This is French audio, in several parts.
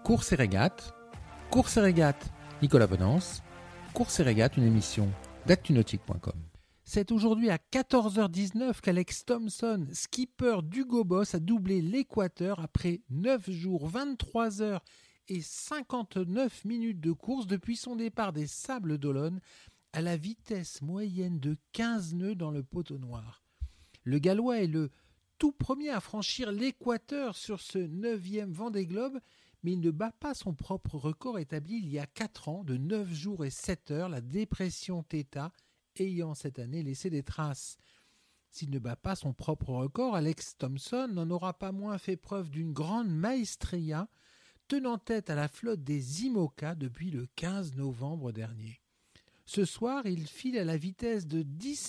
Course et régate, Nicolas Venance, Course et régate, une émission d'actunautique.com. C'est aujourd'hui à 14h19 qu'Alex Thomson, skipper d'Hugo Boss, a doublé l'équateur après 9 jours, 23 heures et 59 minutes de course depuis son départ des Sables d'Olonne à la vitesse moyenne de 15 nœuds dans le poteau noir. Le Gallois est le tout premier à franchir l'équateur sur ce 9e Vendée Globe, mais il ne bat pas son propre record établi il y a 4 ans de 9 jours et 7 heures, la dépression Theta ayant cette année laissé des traces. S'il ne bat pas son propre record, Alex Thomson n'en aura pas moins fait preuve d'une grande maestria, tenant tête à la flotte des IMOCA depuis le 15 novembre dernier. Ce soir, il file à la vitesse de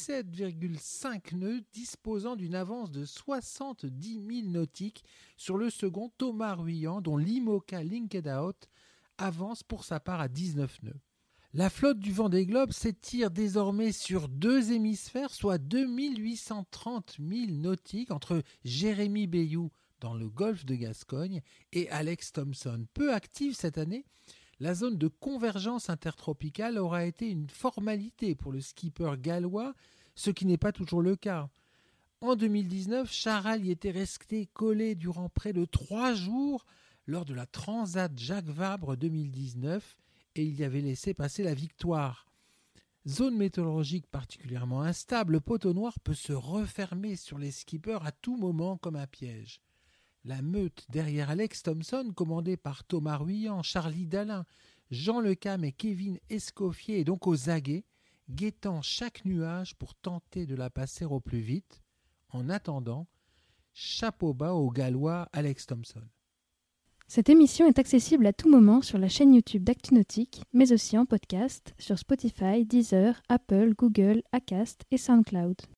17,5 nœuds, disposant d'une avance de 70 000 nautiques sur le second Thomas Ruyant, dont l'IMOCA Linked Out avance pour sa part à 19 nœuds. La flotte du Vendée Globe s'étire désormais sur 2 hémisphères, soit 2830 000 nautiques entre Jérémy Bayou dans le golfe de Gascogne et Alex Thomson. Peu active cette année, la zone de convergence intertropicale aura été une formalité pour le skipper gallois, ce qui n'est pas toujours le cas. En 2019, Charal y était resté collé durant près de 3 jours lors de la Transat Jacques Vabre 2019 et il y avait laissé passer la victoire. Zone météorologique particulièrement instable, le poteau noir peut se refermer sur les skippers à tout moment comme un piège. La meute derrière Alex Thomson, commandée par Thomas Ruyant, Charlie Dalin, Jean Lecam et Kevin Escoffier, est donc aux aguets, guettant chaque nuage pour tenter de la passer au plus vite. En attendant, chapeau bas au Gallois Alex Thomson. Cette émission est accessible à tout moment sur la chaîne YouTube d'ActuNautique, mais aussi en podcast sur Spotify, Deezer, Apple, Google, Acast et SoundCloud.